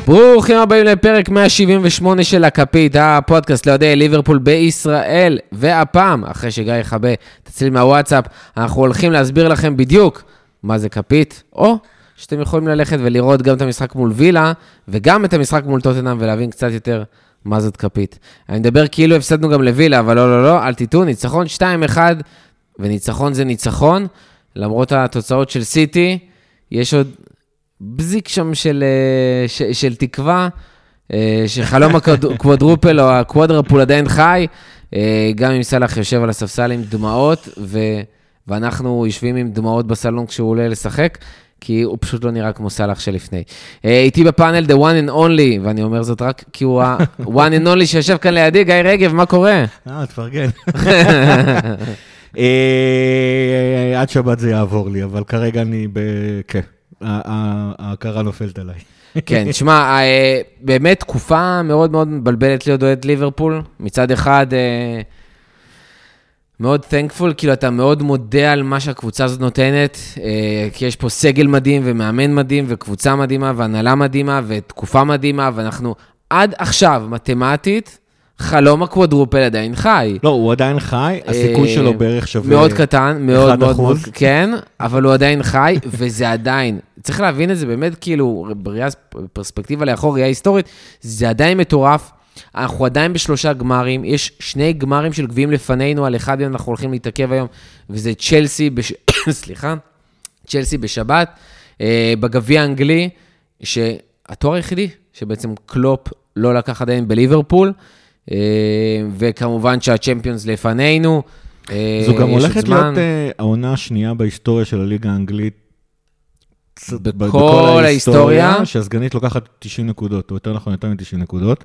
ברוכים הבאים לפרק 178 של הכפית, הפודקאסט לאוהדי ליברפול בישראל, והפעם, אחרי שגיא יחבא תצליל מהוואטסאפ, אנחנו הולכים להסביר לכם בדיוק מה זה כפית, או שאתם יכולים ללכת ולראות גם את המשחק מול וילה, וגם את המשחק מול טוטנהאם, ולהבין קצת יותר מה זאת כפית. אני מדבר כאילו הפסדנו גם לוילה, אבל לא, אל תיתו, ניצחון 2-1, וניצחון זה ניצחון, למרות התוצאות של סיטי, יש עוד בזיק שם של תקווה, שחלום הקוואדרופל או הקוואדרפול עדיין חי, גם אם סלאח יושב על הספסל עם דמעות, ואנחנו יושבים עם דמעות בסלון כשהוא עולה לשחק, כי הוא פשוט לא נראה כמו סלאח שלפני. איתי בפאנל The One and Only, ואני אומר זאת רק כי הוא ה-One and Only שיושב כאן לידי, גיא רגב, מה קורה? תפרגן. עד שבת זה יעבור לי, אבל כרגע אני כן. ההכרה נופלת עליי. כן, תשמע, באמת תקופה מאוד מאוד מבלבלת להיות אוהד ליברפול. מצד אחד, מאוד thankful, כאילו אתה מאוד מודה על מה שהקבוצה הזאת נותנת, כי יש פה סגל מדהים ומאמן מדהים וקבוצה מדהימה והנהלה מדהימה ותקופה מדהימה, ואנחנו עד עכשיו מתמטית, חלום הקוואדרופל עדיין חי. לא, הוא עדיין חי, הסיכוי שלו בערך שווה 1%. מאוד קטן, מאוד מאוד, כן, אבל הוא עדיין חי, וזה עדיין, צריך להבין את זה באמת, כאילו, בראייה פרספקטיבה לאחור, ראייה היסטורית, זה עדיין מטורף, אנחנו עדיין בשלושה גמרים, יש 2 גמרים של גביעים לפנינו, על אחד אנחנו הולכים להתעכב היום, וזה צ'לסי, סליחה, צ'לסי בשבת, בגביע האנגלי, שהתואר היחידי, שבעצם קלופ לא לקח עדיין בליברפול, וכמובן שהצ'מפיונס לפנינו. זו גם הולכת להיות העונה השנייה בהיסטוריה של הליגה האנגלית, בכל ההיסטוריה, שהסגנית לוקחת 90 נקודות, או יותר נכון, יותר מ-90 נקודות.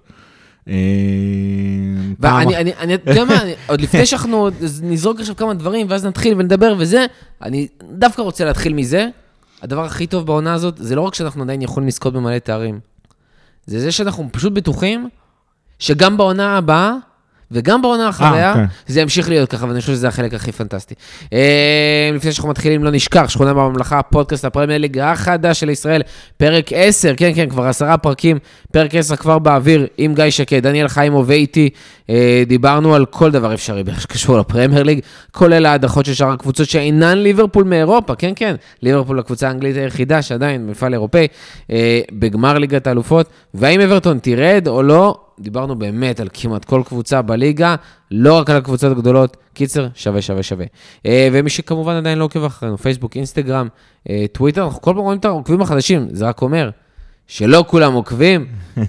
ואני יודע מה, עוד לפני שאנחנו נזרוק עכשיו כמה דברים, ואז נתחיל ונדבר וזה, אני דווקא רוצה להתחיל מזה. הדבר הכי טוב בעונה הזאת, זה לא רק שאנחנו עדיין יכולים לזכות במלא תארים, זה שאנחנו פשוט בטוחים, שגם בעונה הבאה, וגם בעונה אחריה, זה ימשיך להיות ככה, ואני חושב שזה החלק הכי פנטסטי. לפני שאנחנו מתחילים, לא נשכח, שכונה בממלכה, הפודקאסט, הפרמייר ליג החדש של ישראל, פרק 10, כן, כבר 10 פרקים, פרק 10 כבר באוויר, עם גיא שקד, דניאל חיימו ואיתי, דיברנו על כל דבר אפשרי, שקשור לפרמייר ליג, כולל ההדחות של שאר הקבוצות שאינן ליברפול מאירופה, כן, ליברפול הקבוצה האנגלית היחידה, שעדיין מפעל אירופאי, בגמר ליגת האלופות, והאם אברטון תירד או לא, דיברנו באמת על כמעט כל קבוצה בליגה, לא רק על הקבוצות הגדולות, קיצר, שווה. ומי שכמובן עדיין לא עוקב אחרינו, פייסבוק, אינסטגרם, טוויטר, אנחנו כל פעם רואים את העוקבים החדשים, זה רק אומר שלא כולם עוקבים,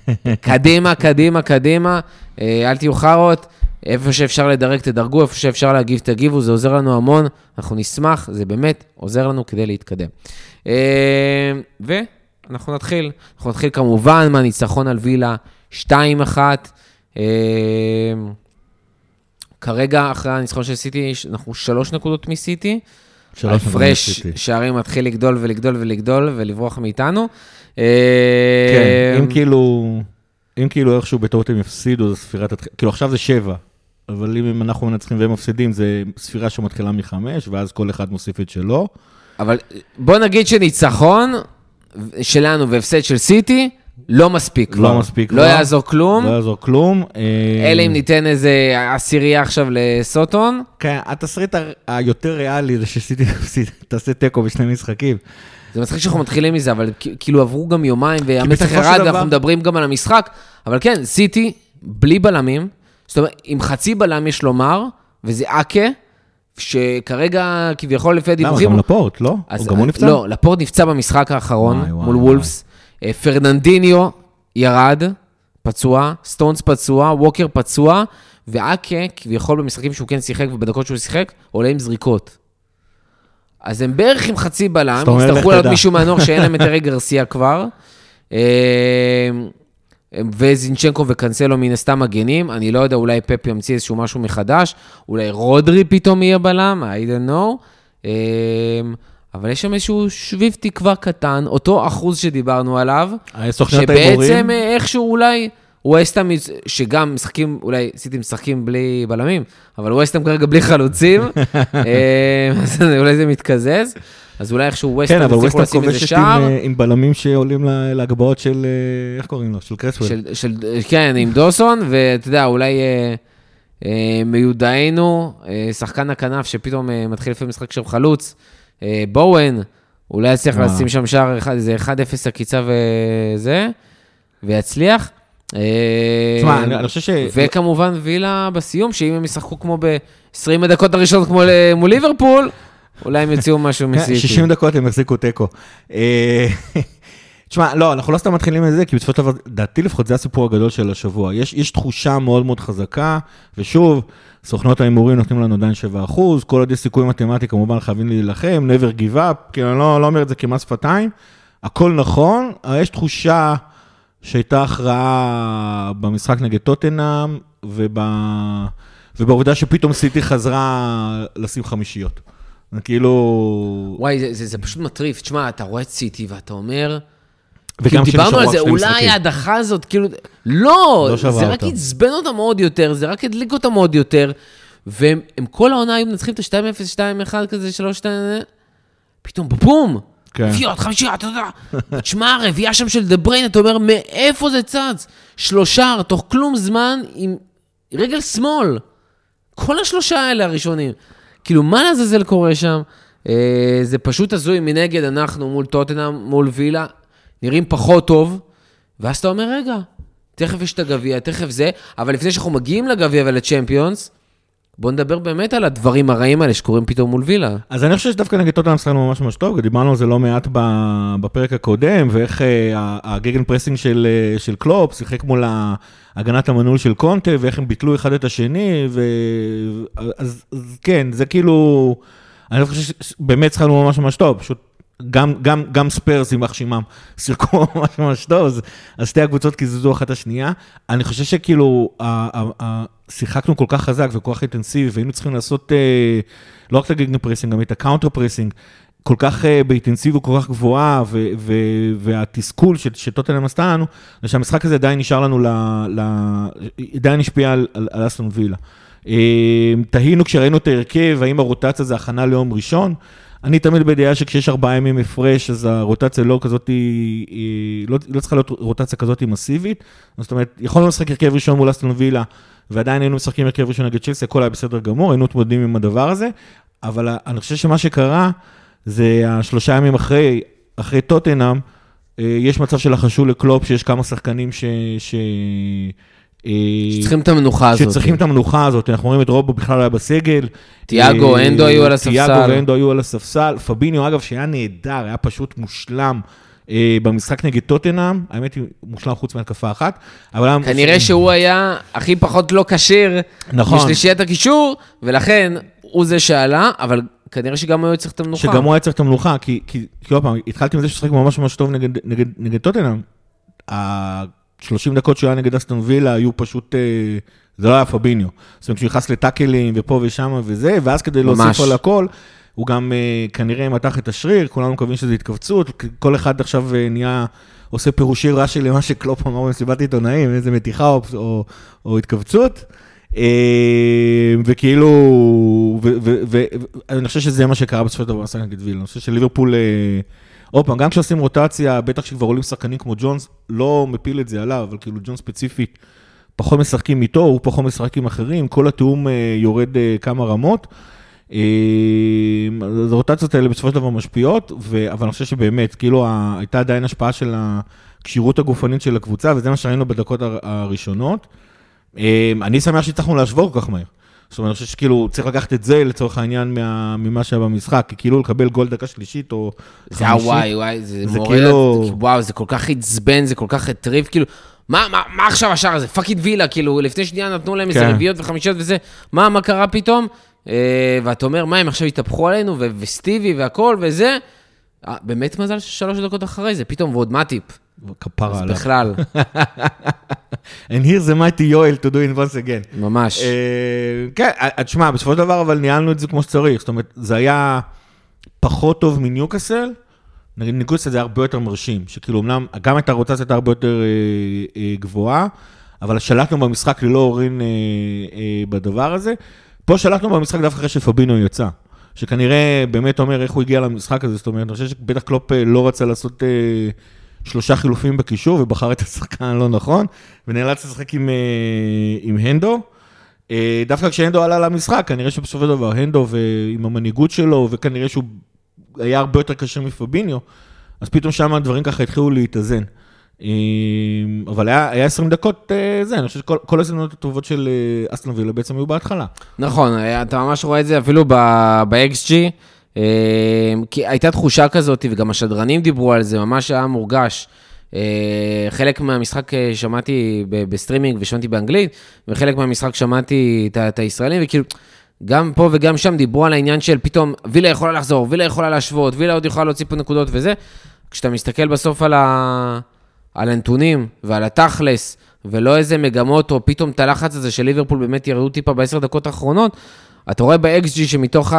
קדימה, אל תהיו חרות, איפה שאפשר לדרג תדרגו, איפה שאפשר להגיב תגיבו, זה עוזר לנו המון, אנחנו נשמח, זה באמת עוזר לנו כדי להתקדם. ואנחנו נתחיל כמובן מהניצחון על וילה, 2-1, כרגע אחרי הניצחון של סיטי, אנחנו 3 נקודות מסיטי, הפרש שערים מתחיל לגדול ולברוח מאיתנו. כן, אם כאילו איכשהו בטעות הם יפסידו, זה ספירת, כאילו עכשיו זה 7, אבל אם אנחנו מנצחים והם מפסידים, זה ספירה שמתחילה מ5, ואז כל אחד מוסיף את שלו. אבל בוא נגיד שניצחון שלנו והפסד של סיטי, לא מספיק. לא יעזור כלום. אלא אם ניתן איזה עשירייה עכשיו לסוטון. כן, התסריט היותר ריאלי זה שסיטי תעשה טקו בשני משחקים. זה מצחיק שאנחנו מתחילים מזה, אבל כאילו עברו גם יומיים, והמתח ירד, ואנחנו מדברים גם על המשחק. אבל כן, סיטי בלי בלמים, זאת אומרת, עם חצי בלם יש לומר, וזה אקה, שכרגע כביכול לפי הדיווחים... למה? גם לפורט, לא? או גם הוא נפצע? לא, לפורט נפצע במשחק האחרון, מול וולפס. פרננדיניו ירד, פצוע, סטונס פצוע, ווקר פצוע, ואקה, כביכול במשחקים שהוא כן שיחק, ובדקות שהוא שיחק, עולה עם זריקות. אז הם בערך עם חצי בלם, יצטרכו לעוד מישהו מהנוח שאין להם את אריק גרסיה כבר, וזינצ'נקו וקנסלו מן הסתם מגנים, אני לא יודע, אולי פפ ימציא איזשהו משהו מחדש, אולי רודרי פתאום יהיה בלם, I don't know, אבל יש שם איזשהו שביב תקווה קטן, אותו אחוז שדיברנו עליו, שבעצם איכשהו אולי, ווסטהאם, שגם משחקים, אולי סיטי משחקים בלי בלמים, אבל ווסטהאם כרגע בלי חלוצים, אז אולי זה מתקזז, אז אולי איכשהו כן, אבל ווסטהאם ווסטהאם לשים איזה כובשת שער. עם בלמים שעולים להגבהות של, איך קוראים לו? של קרסוול. כן, עם דוסון, ואתה יודע, אולי מיודענו, שחקן הכנף שפתאום מתחיל לפעמים משחק שם חלוץ, בואוין, אולי יצליח לשים שם שער, איזה 1-0 הקיצה וזה, ויצליח. תשמע, אני חושב ש... וכמובן וילה בסיום, שאם הם ישחקו כמו ב-20 דקות הראשונות כמו מול ליברפול, אולי הם יוציאו משהו מסיטי. 60 דקות הם החזיקו טקו. תשמע, לא, אנחנו לא סתם מתחילים את זה, כי בסופו של דבר, דעתי לפחות, זה הסיפור הגדול של השבוע. יש תחושה מאוד מאוד חזקה, ושוב, סוכנות ההימורים נותנים לנו עדיין 7%, כל עוד יש סיכוי מתמטי, כמובן חייבים להילחם, never give up, כי אני לא אומר את זה כמס שפתיים, הכל נכון, אבל יש תחושה שהייתה הכרעה במשחק נגד טוטנהאם, ובעובדה שפתאום סיטי חזרה לשים חמישיות. כאילו... וואי, זה פשוט מטריף. תשמע, אתה רואה את סיטי ואתה אומר... וגם דיברנו על זה, אולי ההדחה הזאת, כאילו... לא, זה רק עצבן אותם עוד יותר, זה רק הדליק אותם עוד יותר, והם כל העונה היו מנצחים את ה-2-0, 2-1 כזה, 3-2, פתאום בבום! רביעות, חמישיות, אתה יודע. תשמע, רביעה שם של דבריין, אתה אומר, מאיפה זה צץ? שלושה, תוך כלום זמן, עם רגל שמאל. כל השלושה האלה הראשונים. כאילו, מה לעזאזל קורה שם? זה פשוט הזוי מנגד, אנחנו מול טוטנהאם, מול וילה, נראים פחות טוב, ואז אתה אומר, רגע, תכף יש את הגביע, תכף זה, אבל לפני שאנחנו מגיעים לגביע ולצ'מפיונס, בואו נדבר באמת על הדברים הרעים האלה שקורים פתאום מול וילה. אז אני חושב שדווקא נגד טוטנהאם שחקנו ממש ממש טוב, דיברנו על זה לא מעט בפרק הקודם, ואיך הגגן פרסינג של קלופ שיחק מול הגנת המנעול של קונטה, ואיך הם ביטלו אחד את השני, אז כן, זה כאילו, אני חושב שבאמת שחקנו ממש ממש טוב, פשוט גם ספרס עם החשימם שיחקו ממש ממש טוב, אז שתי הקבוצות קיזזו אחת השנייה. אני חושב שכאילו, שיחקנו כל כך חזק וכל כך אינטנסיבי, והיינו צריכים לעשות לא רק את הגגן פרסינג, גם את הקאונטר פרסינג, כל כך באינטנסיביות כל כך גבוהה, והתסכול שטוטנהאם עשתה לנו, שהמשחק הזה עדיין נשאר לנו, עדיין השפיע על אסטון וילה. תהינו כשראינו את ההרכב, האם הרוטציה זה הכנה ליום ראשון, אני תמיד בדעה שכשיש 4 ימים הפרש, אז הרוטציה לא כזאת, לא צריכה להיות רוטציה כזאת מסיבית, זאת אומרת, יכולנו לשחק הרכב ראשון מול אסטון וילה, ועדיין היינו משחקים הרכב ראשון נגד צ'לסי, הכל היה בסדר גמור, היינו מתמודדים עם הדבר הזה, אבל אני חושב שמה שקרה, זה 3 ימים אחרי טוטנהאם, יש מצב של החשוב לקלופ, שיש כמה שחקנים שצריכים את המנוחה הזאת. שצריכים את המנוחה הזאת, אנחנו רואים את רובו בכלל היה בסגל. תיאגו, אנדו היו על הספסל. תיאגו ואנדו היו על הספסל. פביניו, אגב, שהיה נהדר, היה פשוט מושלם במשחק נגד טוטנהאם, האמת היא מושלם חוץ מהתקפה אחת. כנראה שהוא היה הכי פחות לא קשיר, בשלישיית הקישור, ולכן הוא זה שעלה, אבל כנראה שגם הוא היה צריך את המנוחה. שגם הוא היה צריך את המנוחה, כי עוד פעם, התחלתי עם זה ששחק ממש ממש טוב נגד טוטנהאם. 30 דקות שהוא היה נגד אסטון וילה, היו פשוט, זה לא היה פביניו. זאת אומרת, כשהוא נכנס לטאקלים ופה ושם וזה, ואז כדי להוסיף על הכל, הוא גם כנראה מתח את השריר, כולנו מקווים שזה התכווצות, כל אחד עכשיו נהיה, עושה פירושי רש"י למה שקלופ אמר במסיבת עיתונאים, איזה מתיחה או התכווצות, וכאילו, ואני חושב שזה מה שקרה בסופו של דבר במשחק נגד וילה, אני חושב שליברפול, עוד פעם, גם כשעושים רוטציה, בטח שכבר עולים שחקנים כמו ג'ונס, לא מפיל את זה עליו, אבל כאילו ג'ונס ספציפית, פחות משחקים איתו, הוא פחות משחקים אחרים, כל התיאום יורד כמה רמות, אז הרוטציות האלה בסופו של דבר משפיעות, אבל אני חושב שבאמת, כאילו הייתה עדיין השפעה של הקשירות הגופנית של הקבוצה, וזה מה שראינו בדקות הראשונות. אני שמח שהצלחנו להשוות כל כך מהר. זאת אומרת, אני חושב שכאילו צריך לקחת את זה לצורך העניין ממה שהיה במשחק, כי כאילו לקבל גול דקה שלישית או חמישית. וואי, זה מורד, וואו, זה כל כך עצבן, זה כל כך הטריף, כאילו, מה עכשיו השאר הזה? פאקינג וילה, כאילו, לפני שנייה נתנו להם איזה רביעיות וחמישיות וזה, מה קרה פתאום? ואתה אומר, מה, הם עכשיו התהפכו עלינו, וסטיבי והכל וזה, באמת מזל ש3 דקות אחרי זה, פתאום ועוד מטיפ. כפרה עליו. בכלל. And here's the mighty Yoel to do it once again. ממש. כן, תשמע, בסופו של דבר, אבל ניהלנו את זה כמו שצריך. זאת אומרת, זה היה פחות טוב מניוקאסל, נגיד ניוקאסל זה הרבה יותר מרשים, שכאילו אמנם, גם את הרוטציה הייתה הרבה יותר גבוהה, אבל שלטנו במשחק ללא הורין בדבר הזה. פה שלטנו במשחק דווקא אחרי שפביניו יצא. שכנראה באמת אומר איך הוא הגיע למשחק הזה, זאת אומרת, אני חושב שבטח קלופ לא רצה לעשות 3 חילופים בקישור, ובחר את השחקן הלא נכון, ונאלץ לשחק עם הנדו. דווקא כשהנדו עלה למשחק, כנראה שבסופו של דבר, הנדו ועם המנהיגות שלו, וכנראה שהוא היה הרבה יותר קשה מפביניו, אז פתאום שם הדברים ככה התחילו להתאזן. אבל היה 20 דקות, אני חושב שכל הזמנות הטובות של אסטון וילה בעצם היו בהתחלה. נכון, אתה ממש רואה את זה אפילו ב-XG, כי הייתה תחושה כזאת, וגם השדרנים דיברו על זה, ממש היה מורגש. חלק מהמשחק שמעתי בסטרימינג ושמעתי באנגלית, וחלק מהמשחק שמעתי את הישראלים, וכאילו, גם פה וגם שם דיברו על העניין של פתאום, וילה יכולה לחזור, וילה יכולה להשוות, וילה עוד יכולה להוציא פה נקודות וזה. כשאתה מסתכל בסוף על הנתונים ועל התכלס, ולא איזה מגמות, או פתאום את הלחץ הזה של ליברפול באמת ירדו טיפה ב10 דקות האחרונות, אתה רואה ב-XG שמתוך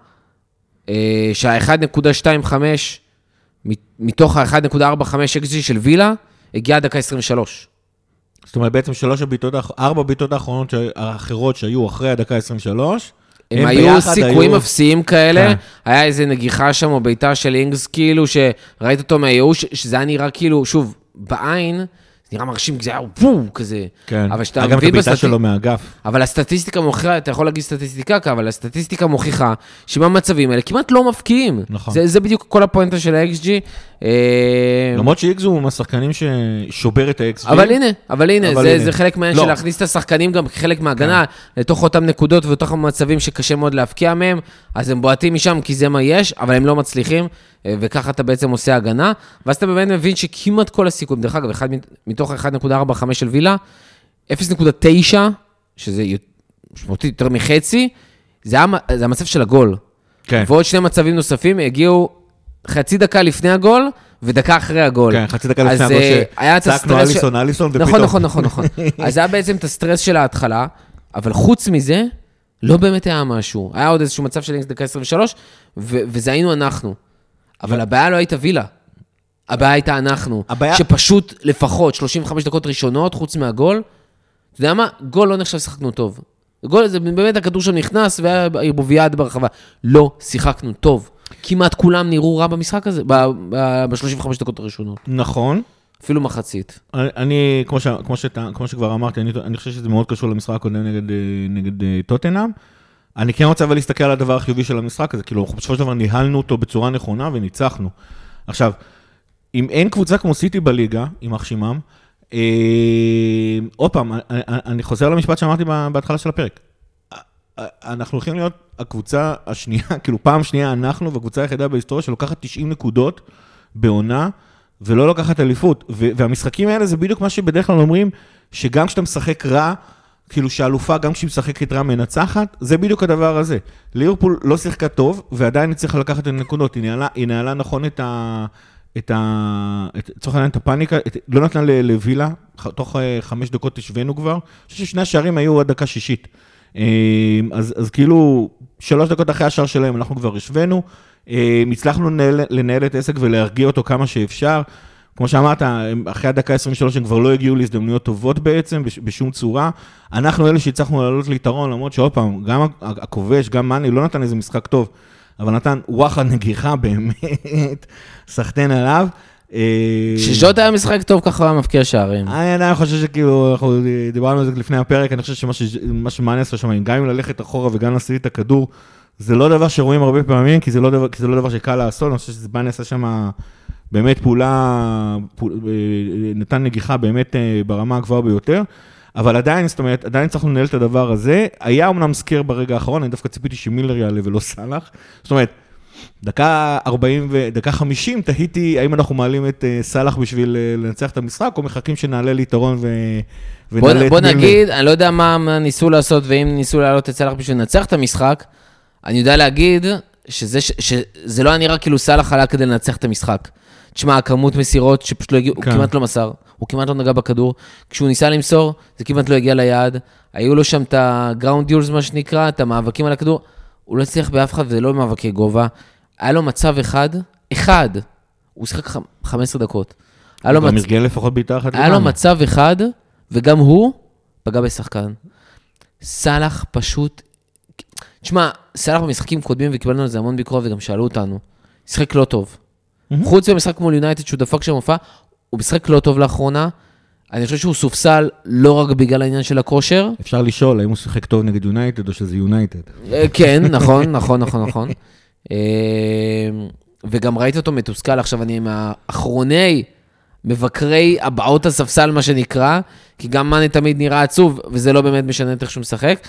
שה-1.25, מתוך ה-1.45 XG של וילה, הגיעה דקה 23. זאת אומרת, בעצם 4 ביתות האחרונות האחרות שהיו אחרי הדקה 23, הם היו סיכויים אפסיים כאלה, היה איזה נגיחה שם, או ביתה של אינגס, כאילו, שראית אותו מהייאוש, שזה היה נראה כאילו, שוב, בעין, זה נראה מרשים, זה היה וואו, כזה. כן, גם את הביתה שלו מהאגף. אבל הסטטיסטיקה מוכיחה, אתה יכול להגיד סטטיסטיקה, אבל הסטטיסטיקה מוכיחה, שבמצבים האלה כמעט לא מפקיעים. נכון. זה בדיוק כל הפואנטה של ה-XG. למרות שאיקס הוא מהשחקנים ששובר את ה-XG. אבל הנה, זה חלק מהעניין של להכניס את השחקנים גם כחלק מההגנה, לתוך אותם נקודות ואותוך המצבים שקשה מאוד להפקיע מהם, אז הם בועטים משם כי זה מה יש, אבל הם לא מצליחים, וככה אתה בעצם עושה הגנה, ואז אתה באמת מבין שכמעט כל הסיכויים, דרך אגב, מתוך 1.45 של וילה, 0.9, שזה משמעותי יותר מחצי, זה המצב של הגול. כן. ועוד 2 מצבים נוספים הגיעו חצי דקה לפני הגול, ודקה אחרי הגול. כן, חצי דקה לפני הגול שצעקנו אליסון, ופתאום. נכון. אז היה בעצם את הסטרס של ההתחלה, אבל חוץ מזה, לא באמת היה משהו. היה עוד איזשהו מצב של אינגס דקה 23, וזה היינו אנחנו. אבל הבעיה לא הייתה וילה. הבעיה הייתה אנחנו. שפשוט לפחות 35 דקות ראשונות, חוץ מהגול, אתה יודע מה? גול לא נחשב שיחקנו טוב. גול זה באמת הכדור שם נכנס, והיה ערבובייה ברחבה. לא שיחקנו טוב. כמעט כולם נראו רע במשחק הזה, ב-35 דקות הראשונות. נכון. אפילו מחצית. אני, כמו שכבר אמרתי, אני חושב שזה מאוד קשור למשחק הקודם נגד טוטנהאם. אני כן רוצה להסתכל על הדבר החיובי של המשחק הזה, כאילו, בסופו של דבר ניהלנו אותו בצורה נכונה וניצחנו. עכשיו, אם אין קבוצה כמו סיטי בליגה, עם החשימם, עוד פעם, אני חוזר למשפט שאמרתי בהתחלה של הפרק. אנחנו הולכים להיות הקבוצה השנייה, כאילו פעם שנייה אנחנו, והקבוצה היחידה בהיסטוריה שלוקחת 90 נקודות בעונה, ולא לוקחת אליפות. והמשחקים האלה זה בדיוק מה שבדרך כלל אומרים, שגם כשאתה משחק רע, כאילו שהאלופה, גם כשהיא משחקת רע מנצחת, זה בדיוק הדבר הזה. ליברפול לא שיחקה טוב, ועדיין צריכה לקחת את הנקודות. היא נעלה נכון צריך לדעת את הפאניקה, לא נתנה לווילה, תוך 5 דקות השווינו כבר. אני חושב ששני השערים היו עד דקה 60. אז כאילו, 3 דקות אחרי השער שלהם, אנחנו כבר השווינו. הצלחנו לנהל את עסק ולהרגיע אותו כמה שאפשר. כמו שאמרת, אחרי הדקה 23 הם כבר לא הגיעו להזדמנויות טובות בעצם, בשום צורה. אנחנו אלה שהצלחנו לעלות ליתרון, למרות שעוד פעם, גם הכובש, גם מאני, לא נתן איזה משחק טוב, אבל נתן וואחד נגיחה באמת, סחטן עליו. שז'וט היה משחק טוב ככה היה מפקיע שערים. אני חושב שכאילו, אנחנו דיברנו על זה לפני הפרק, אני חושב שמה שמאני עשה שם, גם אם ללכת אחורה וגם להסיע את הכדור, זה לא דבר שרואים הרבה פעמים, כי זה לא דבר שקל לעשות, אני חושב שזה מאני עשה שם באמת פעולה, נתן נגיחה באמת ברמה הגבוהה ביותר, אבל עדיין, זאת אומרת, עדיין צריכים לנהל את הדבר הזה. היה אומנם סקר ברגע האחרון, אני דווקא ציפיתי שמילר יעלה ולא סלח. זאת אומרת, דקה 40 ודקה 50, תהיתי האם אנחנו מעלים את סלח בשביל לנצח את המשחק, או מחכים שנעלה ליתרון ונעלה את מילר. בוא נגיד, אני לא יודע מה ניסו לעשות, ואם ניסו להעלות את סלח בשביל לנצח את המשחק, אני יודע להגיד שזה לא נראה כאילו סלח עלה כדי לנצח את המשחק. תשמע, הכמות מסירות שפשוט לא הגיעו, הוא כמעט לא מסר, הוא כמעט לא נגע בכדור, כשהוא ניסה למסור, זה כמעט לא הגיע ליעד, היו לו שם את הגראונד דיולס, מה שנקרא, את המאבקים על הכדור, הוא לא הצליח באף אחד, וזה לא מאבקי גובה, היה לו מצב אחד, הוא שיחק 15 דקות. הוא גם ארגן לפחות בעיטה אחת. היה לו מצב אחד, וגם הוא פגע בשחקן. סלח פשוט, תשמע, סלח במשחקים קודמים וקיבלנו על זה המון ביקורת וגם שאלו אותנו, משחק לא טוב. חוץ במשחק מול יונייטד שהוא דפק שם מופע, הוא משחק לא טוב לאחרונה, אני חושב שהוא סופסל לא רק בגלל העניין של הכושר. אפשר לשאול, האם הוא שיחק טוב נגד יונייטד או שזה יונייטד? כן, נכון. וגם ראיתי אותו מתוסכל, עכשיו אני עם האחרוני מבקרי הבעות הספסל, מה שנקרא, כי גם מאנה תמיד נראה עצוב, וזה לא באמת משנה איך שהוא משחק.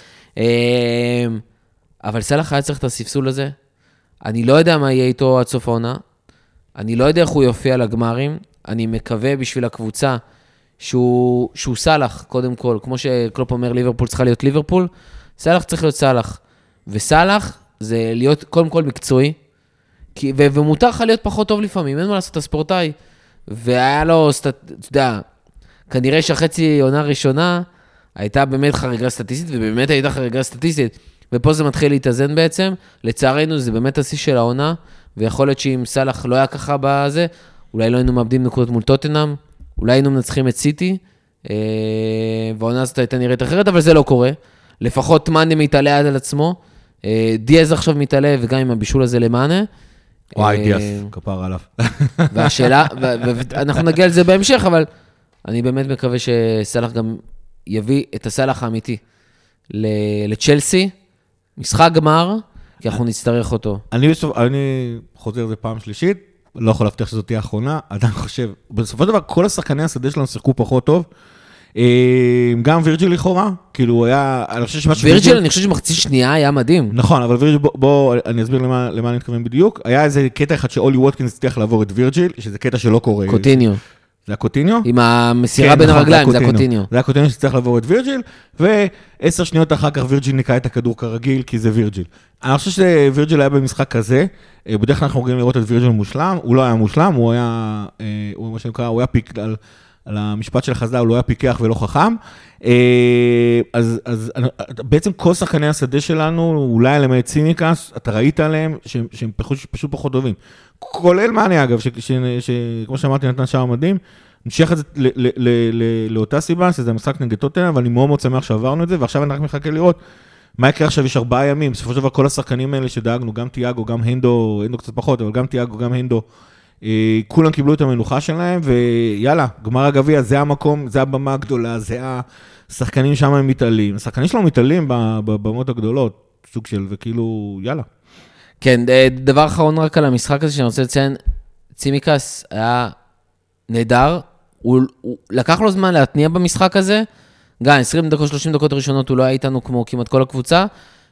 אבל סלאח היה צריך את הספסול הזה. אני לא יודע מה יהיה איתו עד סוף העונה. אני לא יודע איך הוא יופיע לגמרים. אני מקווה בשביל הקבוצה שהוא סלאח, קודם כל. כמו שקלופ אומר, ליברפול צריכה להיות ליברפול. סלאח צריך להיות סלאח. וסלאח זה להיות קודם כל מקצועי. ומותר לך להיות פחות טוב לפעמים. אין מה לעשות, הספורטאי. והיה לו, אתה יודע, כנראה שהחצי עונה ראשונה הייתה באמת חריגה סטטיסטית, ובאמת הייתה חריגה סטטיסטית. ופה זה מתחיל להתאזן בעצם. לצערנו זה באמת השיא של העונה, ויכול להיות שאם סלאח לא היה ככה בזה, אולי לא היינו מאבדים נקודות מול טוטנהאם, אולי היינו מנצחים את סיטי, והעונה הזאת הייתה נראית אחרת, אבל זה לא קורה. לפחות מאנה מתעלה עד על עצמו, דיאז עכשיו מתעלה, וגם עם הבישול הזה למאנה. וואי, דיאז, כפר עליו. והשאלה, ואנחנו נגיע לזה בהמשך, אבל אני באמת מקווה שסלאח גם יביא את הסלאח האמיתי לצ'לסי, משחק גמר, כי אנחנו נצטרך אותו. אני חוזר לזה פעם שלישית, לא יכול להבטיח שזאת תהיה האחרונה, עדיין חושב, בסופו של דבר כל השחקני השדה שלנו שיחקו פחות טוב, גם וירג'יל לכאורה, כאילו היה, אני חושב שמשהו... וירג'יל, אני חושב שמחצי שנייה היה מדהים. נכון, אבל וירג'יל, בוא, אני אסביר למה אני מתכוון בדיוק, היה איזה קטע אחד שאולי ווטקינס הצליח לעבור את וירג'יל, שזה קטע שלא קורה. קוטיניו. זה הקוטיניו? עם המסירה בין הרגליים, זה הקוטיניו. זה הקוטיניו שצריך לעבור את וירג'יל, ו10 שניות אחר כך וירג'יל ניקה את הכדור כרגיל, כי זה וירג'יל. אני חושב שווירג'יל היה במשחק כזה, בדרך כלל אנחנו רואים לראות את וירג'יל מושלם, הוא לא היה מושלם, הוא היה, מה שנקרא, הוא היה פיק, על המשפט של חסדה, הוא לא היה פיקח ולא חכם, אז בעצם כל שחקני השדה שלנו, אולי למעט ציניקס, אתה ראית עליהם שהם פשוט פחות טובים. כולל מאנה אגב, שכמו שאמרתי נתן שער מדהים, נמשך את זה לאותה סיבה, שזה המשחק נגד טוטנהאם, אבל אני מאוד מאוד שמח שעברנו את זה, ועכשיו אני רק מחכה לראות מה יקרה עכשיו, יש 4 ימים, בסופו של דבר כל השחקנים האלה שדאגנו, גם תיאגו, גם הנדו קצת פחות, אבל גם תיאגו, גם הנדו, כולם קיבלו את המנוחה שלהם, ויאללה, גמר הגביע, זה המקום, זה הבמה הגדולה, זה השחקנים שם הם מתעלים, השחקנים שלנו מתעלים בבמות הגדולות, סוג של, וכאילו, יאללה. כן, דבר אחרון רק על המשחק הזה שאני רוצה לציין, צימקס היה נהדר, הוא לקח לו זמן להתניע במשחק הזה, גם 20 דקות, 30 דקות ראשונות הוא לא היה איתנו כמו כמעט כל הקבוצה,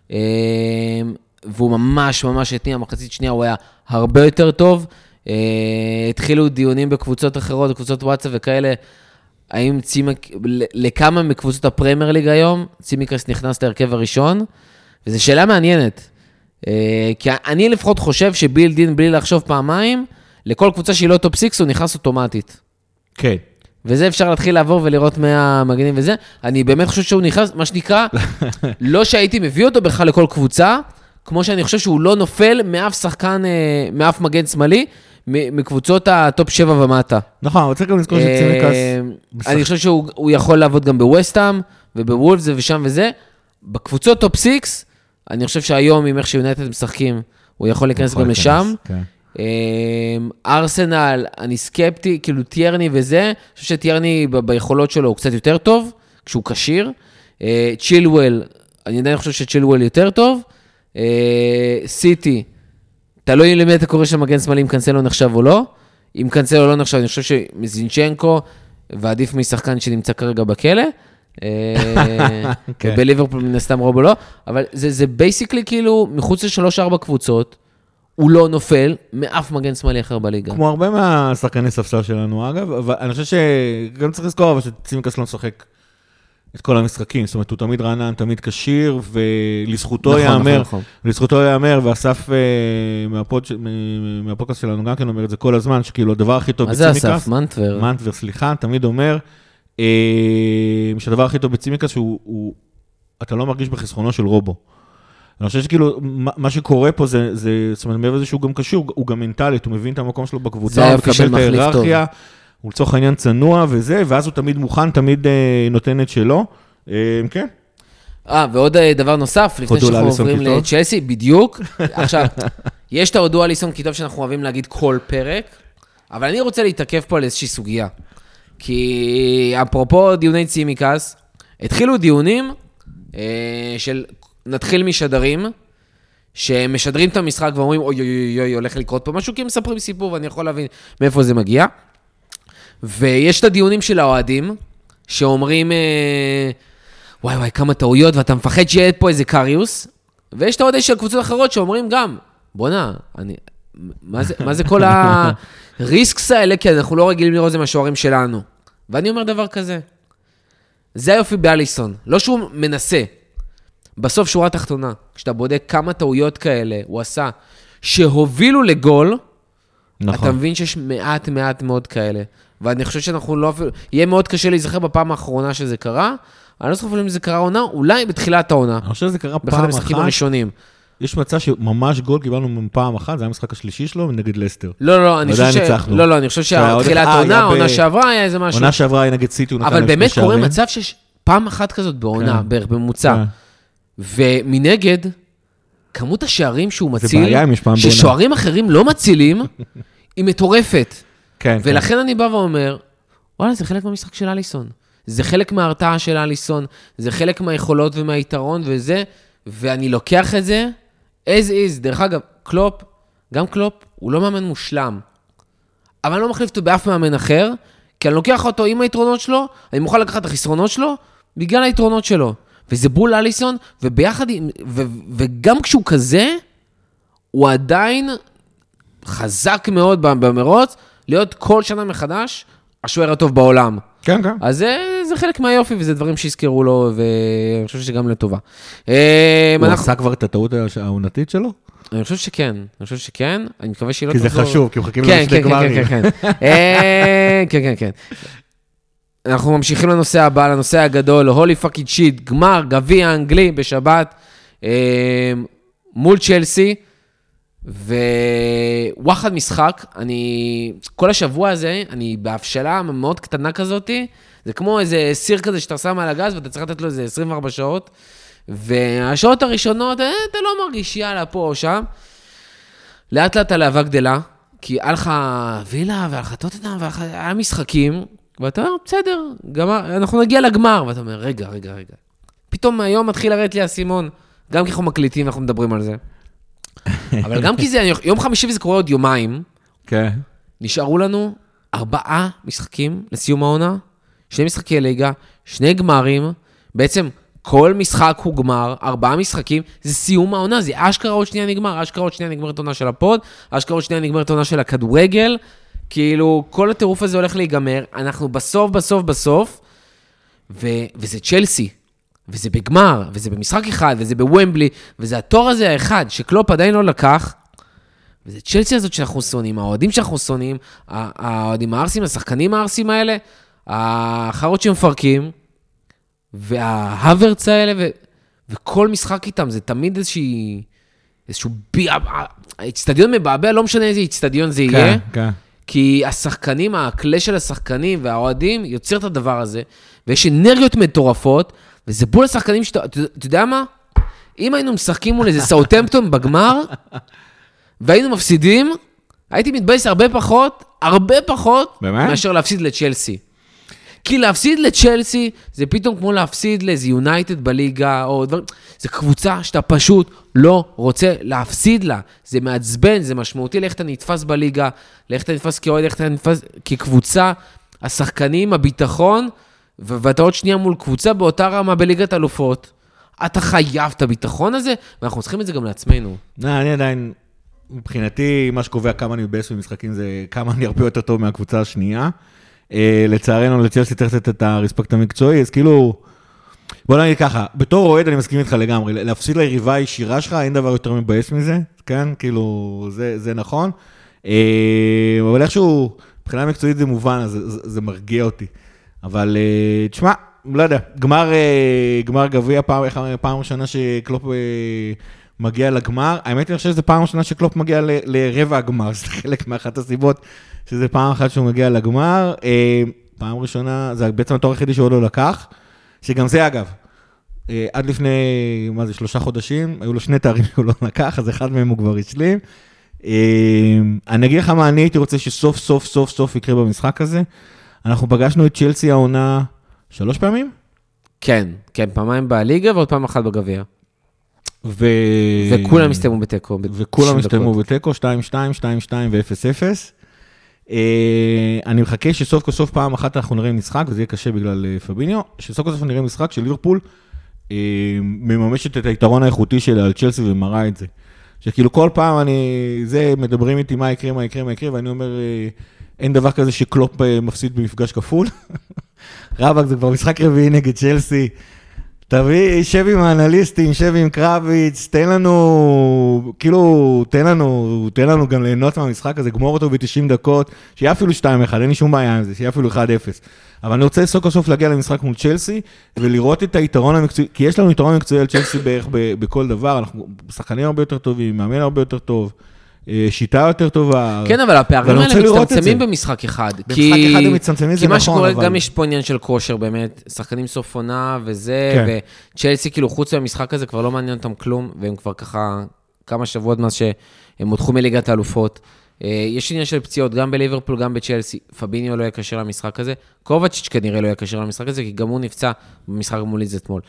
והוא ממש התניע, מחצית שנייה הוא היה הרבה יותר טוב, התחילו דיונים בקבוצות אחרות, בקבוצות וואטסאפ וכאלה, האם לכמה מקבוצות הפרמייר ליג היום, צימקס נכנס להרכב הראשון, וזו שאלה מעניינת, כי אני לפחות חושב שבילדין, בלי לחשוב פעמיים, לכל קבוצה שהיא לא טופ 6, הוא נכנס אוטומטית. כן. וזה אפשר להתחיל לעבור ולראות מהמגנים וזה. אני באמת חושב שהוא נכנס, מה שנקרא, לא שהייתי מביא אותו בכלל לכל קבוצה, כמו שאני חושב שהוא לא נופל מאף שחקן, מאף מגן שמאלי, מקבוצות הטופ 7 ומטה. נכון, אבל צריך גם לזכור שצימקס... אני חושב שהוא יכול לעבוד גם בווסטהאם, ובוולפס ושם וזה. בקבוצות טופ 6, אני חושב שהיום, עם איך שיונייטד משחקים, הוא יכול להיכנס גם לשם. ארסנל, אני סקפטי, כאילו טיירני וזה, אני חושב שטיירני ביכולות שלו הוא קצת יותר טוב, כשהוא קשיר. צ'ילואל, אני עדיין חושב שצ'ילואל יותר טוב. סיטי, תלוי למי אתה קורא שמגן שמאלי אם קנסלו נחשב או לא. אם קנסלו לא נחשב, אני חושב שמזינצ'נקו, ועדיף משחקן שנמצא כרגע בכלא. בליברפול מן הסתם רוב או לא, אבל זה בייסיקלי כאילו מחוץ ל3-4 קבוצות, הוא לא נופל מאף מגן שמאלי אחר בליגה. כמו הרבה מהשחקני ספסל שלנו אגב, אבל אני חושב שגם צריך לזכור, אבל שצימקס לא משחק את כל המשחקים, זאת אומרת הוא תמיד רענן, תמיד קשיר, ולזכותו יאמר, לזכותו יאמר, ואסף מהפודקאסט שלנו גם כן אומר את זה כל הזמן, שכאילו הדבר הכי טוב בצימקס, מה זה אסף? מנטבר, סליחה, תמיד אומר, שהדבר הכי טוב בצימקס, אתה לא מרגיש בחסכונו של רובו. אני חושב שכאילו, מה שקורה פה זה, זאת אומרת, מעבר לזה שהוא גם קשור, הוא גם מנטלית, הוא מבין את המקום שלו בקבוצה, הוא מקבל את ההיררכיה, הוא לצורך העניין צנוע וזה, ואז הוא תמיד מוכן, תמיד נותן את שלו. כן. ועוד דבר נוסף, לפני שאנחנו עוברים לצ'לסי, בדיוק. עכשיו, יש את ההודו אליסון, כי טוב שאנחנו אוהבים להגיד כל פרק, אבל אני רוצה להתעכב פה על איזושהי סוגיה. כי אפרופו דיוני צימקס, התחילו דיונים של נתחיל משדרים, שמשדרים את המשחק ואומרים, אוי, אוי, אוי, הולך לקרות פה משהו, כי הם מספרים סיפור, ואני יכול להבין מאיפה זה מגיע. ויש את הדיונים של האוהדים, שאומרים, וואי, וואי, כמה טעויות, ואתה מפחד שיהיה פה איזה קריוס, ויש את האוהדים של קבוצות אחרות שאומרים גם, בוא'נה, מה זה כל הריסקס האלה, כי אנחנו לא רגילים לראות זה מהשוערים שלנו. ואני אומר דבר כזה, זה היופי באליסון, לא שהוא מנסה, בסוף שורה תחתונה, כשאתה בודק כמה טעויות כאלה הוא עשה, שהובילו לגול, נכון. אתה מבין שיש מעט מאוד כאלה, ואני חושב שאנחנו לא אפילו, יהיה מאוד קשה להיזכר בפעם האחרונה שזה קרה, אני לא זוכר אם זה קרה עונה, אולי בתחילת העונה. אני חושב שזה קרה פעם אחת. באחד המשחקים הראשונים. יש מצא שממש גול קיבלנו פעם אחת, זה היה המשחק השלישי שלו נגד לסטר. לא, אני חושב שהתחילת העונה שעברה היה איזה משהו. עונה שעברה היה נגד סיטי. אבל באמת קורה מצב שיש פעם אחת כזאת בעונה, בערך בממוצע. ומנגד, כמות השערים שהוא מציל, ששוערים אחרים לא מצילים, היא מטורפת. ולכן אני בא ואומר, וואלה, זה חלק מהמשחק של אליסון. זה חלק מההרתעה של אליסון, זה חלק מהיכולות ומהיתרון וזה, ואני לוקח את זה, as is. דרך אגב, קלופ, גם קלופ, הוא לא מאמן מושלם. אבל אני לא מחליף אותו באף מאמן אחר, כי אני לוקח אותו עם היתרונות שלו, אני מוכן לקחת את החסרונות שלו, בגלל היתרונות שלו. וזה בול אליסון, וביחד, וגם כשהוא כזה, הוא עדיין חזק מאוד במרוץ, להיות כל שנה מחדש, השוער הטוב בעולם. כן, כן. אז זה חלק מהיופי, וזה דברים שיזכרו לו, ואני חושב שגם לטובה. הוא עשה כבר את הטעות העונתית שלו? אני חושב שכן, אני מקווה שהיא לא תחזור. כי זה חשוב, כי מחכים לשני גמרים. כן. אנחנו ממשיכים לנושא הבא, לנושא הגדול, הולי פאקינג שיט, גמר, גביע אנגלי בשבת, מול צ'לסי, ווואחד משחק, כל השבוע הזה, אני בהבשלה מאוד קטנה כזאת, זה כמו איזה סיר כזה שאתה שם על הגז, ואתה צריך לתת לו איזה 24 שעות, והשעות הראשונות, אתה לא מרגיש יאללה פה או שם, לאט לאט הלהבה גדלה, כי היה לך וילה, והיה לך טוטנהאם, והיה משחקים, ואתה אומר, בסדר, אנחנו נגיע לגמר, ואתה אומר, רגע. פתאום היום מתחיל לרדת לי הסימון, גם כי אנחנו מקליטים, אנחנו מדברים על זה. אבל גם כי זה, יום חמישי וזה קורה עוד יומיים, נשארו לנו 4 משחקים לסיום העונה, 2 משחקי ליגה, 2 גמרים, בעצם כל משחק הוא גמר, 4 משחקים, זה סיום העונה, זה אשכרה עוד שנייה נגמר, אשכרה עוד שנייה נגמרת עונה של הפוד, אשכרה עוד שנייה נגמרת עונה של הכדורגל, כאילו כל הטירוף הזה הולך להיגמר, אנחנו בסוף, וזה צ'לסי, וזה בגמר, וזה במשחק אחד, וזה בוומבלי, וזה התור הזה האחד, שקלופ עדיין לא לקח, וזה צ'לסי הזאת שאנחנו שונאים, האוהדים שאנחנו שונאים, האוהדים הארסים, השחקנים הארסים האלה, האחרות שמפרקים, וההוורץ האלה, וכל משחק איתם, זה תמיד איזשהו האצטדיון מבעבע, לא משנה איזה אצטדיון זה יהיה, כי השחקנים, הכלי של השחקנים והאוהדים יוצר את הדבר הזה, ויש אנרגיות מטורפות, וזה בול השחקנים אתה יודע מה? אם היינו משחקים מול איזה סאוטהמפטון בגמר, והיינו מפסידים, הייתי מתבאס הרבה פחות, מאשר להפסיד לצ'לסי. כי להפסיד לצ'לסי, זה פתאום כמו להפסיד לאיזה יונייטד בליגה, או דבר, זה קבוצה שאתה פשוט לא רוצה להפסיד לה. זה מעצבן, זה משמעותי, לאיך אתה נתפס בליגה, לאיך אתה נתפס כאוהד, איך אתה נתפס כקבוצה, השחקנים, הביטחון, ואתה עוד שנייה מול קבוצה באותה רמה בליגת אלופות, אתה חייב את הביטחון הזה, ואנחנו צריכים את זה גם לעצמנו. אני עדיין, מבחינתי, מה שקובע כמה אני מבאס במשחקים, זה כמה אני הרבה יותר טוב מהקבוצה השנייה. לצערנו, לצ'לסי צריך לתת את הרספקט המקצועי, אז כאילו, בוא נגיד ככה, בתור אוהד אני מסכים איתך לגמרי, להפסיד ליריבה הישירה שלך, אין דבר יותר מבאס מזה, כן? כאילו, זה נכון. אבל איכשהו, מבחינה מקצועית זה מובן, אז זה מרגיע אותי. אבל תשמע, לא יודע, גמר גביע, פעם ראשונה שקלופ מגיע לגמר, האמת אני חושב שזה פעם ראשונה שקלופ מגיע לרבע הגמר, זה חלק מאחת הסיבות, שזה פעם אחת שהוא מגיע לגמר, פעם ראשונה, זה בעצם התואר היחידי שהוא עוד לא לקח, שגם זה אגב, עד לפני, 3 חודשים, היו לו 2 תארים שהוא לא לקח, אז אחד מהם הוא כבר השלים. אני אגיד לך מה, אני הייתי רוצה שסוף סוף סוף סוף יקרה במשחק הזה. אנחנו פגשנו את צ'לסי העונה 3 פעמים? כן, פעמיים בליגה ועוד פעם אחת בגביע. וכולם הסתיימו בתיקו. וכולם הסתיימו בתיקו, 2-2, 2-2 ו-0-0. אני מחכה שסוף כל סוף פעם אחת אנחנו נראה משחק, וזה יהיה קשה בגלל פביניו, שסוף כל סוף נראה משחק של ליברפול, מממשת את היתרון האיכותי שלה על צ'לסי ומראה את זה. שכאילו כל פעם מדברים איתי מה יקרה, ואני אומר, אין דבר כזה שקלופ מפסיד במפגש כפול. רבק, זה כבר משחק רביעי נגד צ'לסי. תביא, שב עם האנליסטים, שב עם קרביץ, תן לנו גם ליהנות מהמשחק הזה, גמור אותו ב-90 דקות, שיהיה אפילו 2-1, אין לי שום בעיה עם זה, שיהיה אפילו 1-0. אבל אני רוצה סוף סוף להגיע למשחק מול צ'לסי, ולראות את היתרון המקצועי, כי יש לנו יתרון מקצועי על צ'לסי בערך בכל דבר, אנחנו שחקנים הרבה יותר טובים, מאמן הרבה יותר טוב, שיטה יותר טובה. כן, אבל הפערים האלה מצטמצמים במשחק אחד. במשחק אחד הם מצטמצמים, זה נכון. כי מה שקורה, גם יש פה עניין של כושר באמת, שחקנים סוף עונה וזה, וצ'לסי כאילו חוץ מהמשחק הזה כבר לא מעניין אותם כלום, והם כבר ככה כמה שבועות מאז שהם הודחו מליגת האלופות. יש עניין של פציעות גם בליברפול, גם בצ'לסי. פביניו לא יקשר למשחק הזה. קובצ'יץ' כנראה לא יקשר למשחק הזה, כי גם הוא נפצע במשחק מול לידס אתמול.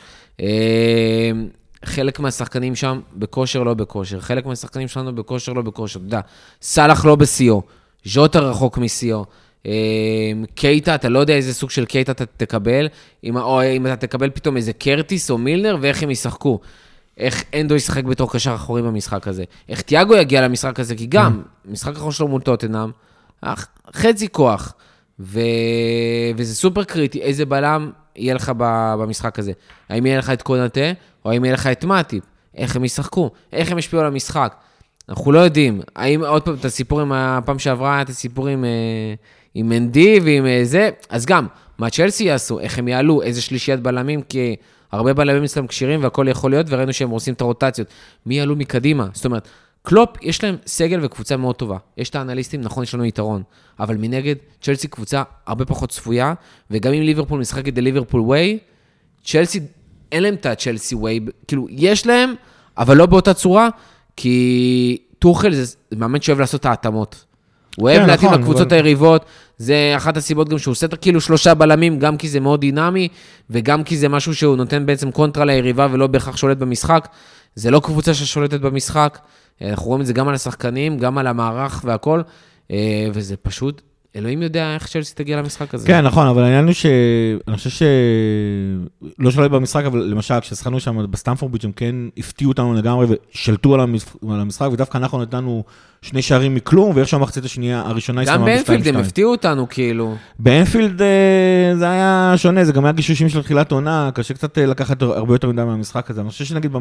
חלק מהשחקנים שם בכושר לא בכושר, חלק מהשחקנים שלנו בכושר לא בכושר, אתה יודע, סלח לא בסיו, ז'וטה רחוק מסיו, קייטה, אתה לא יודע איזה סוג של קייטה אתה תקבל, או אם אתה תקבל פתאום איזה קרטיס או מילנר, ואיך הם ישחקו, איך אנדו ישחק בתור קשר אחורי במשחק הזה, איך תיאגו יגיע למשחק הזה, כי גם, משחק אחרון שלו מול טוטנהאם, חצי כוח, וזה סופר קריטי, איזה בלם יהיה לך במשחק הזה, האם יהיה לך את קונאטה, או האם יהיה לך את מאטיפ, איך הם ישחקו, איך הם ישפיעו על המשחק. אנחנו לא יודעים, האם עוד פעם את הסיפור עם הפעם שעברה, את הסיפור עם מנדי ועם זה, אז גם, מה צ'לסי יעשו, איך הם יעלו, איזה שלישיית בלמים, כי הרבה בלמים אצלם קשירים והכל יכול להיות, וראינו שהם עושים את הרוטציות. מי יעלו מקדימה? זאת אומרת, קלופ, יש להם סגל וקבוצה מאוד טובה. יש את האנליסטים, נכון, יש לנו יתרון. אבל מנגד, צ'לסי קבוצה הרבה פחות צפויה, וגם אם ליברפול משחק את ליברפול ווי, צ'לסי אין להם את הצ'לסי ווי, כאילו, יש להם, אבל לא באותה צורה, כי טוחל זה מאמן שאוהב לעשות את ההתאמות. הוא אוהב להתאים לקבוצות היריבות, זה אחת הסיבות גם שהוא עושה כאילו 3 בלמים, גם כי זה מאוד דינמי, וגם כי זה משהו שהוא נותן בעצם קונטרה ליריבה, ולא בהכרח שולט במשחק. זה לא קבוצה ששולטת במשחק, אנחנו רואים את זה גם על השחקנים, גם על המערך והכל, וזה פשוט, אלוהים יודע איך צ'לסי תגיע למשחק הזה. כן, נכון, אבל העניין הוא אני חושב לא שולט במשחק, אבל למשל, כששחקנו שם בסטמפורד ברידג' הם כן הפתיעו אותנו לגמרי, ושלטו על המשחק, ודווקא אנחנו נתנו 2 שערים מכלום, ואיך שהמחצית השנייה, הראשונה גם באנפילד הם הפתיעו אותנו, כאילו. באנפילד זה היה שונה, זה גם היה גישושים של תחילת עונה, קשה קצת לקחת הרבה יותר מדי מהמשחק הזה. אני חושב שנגיד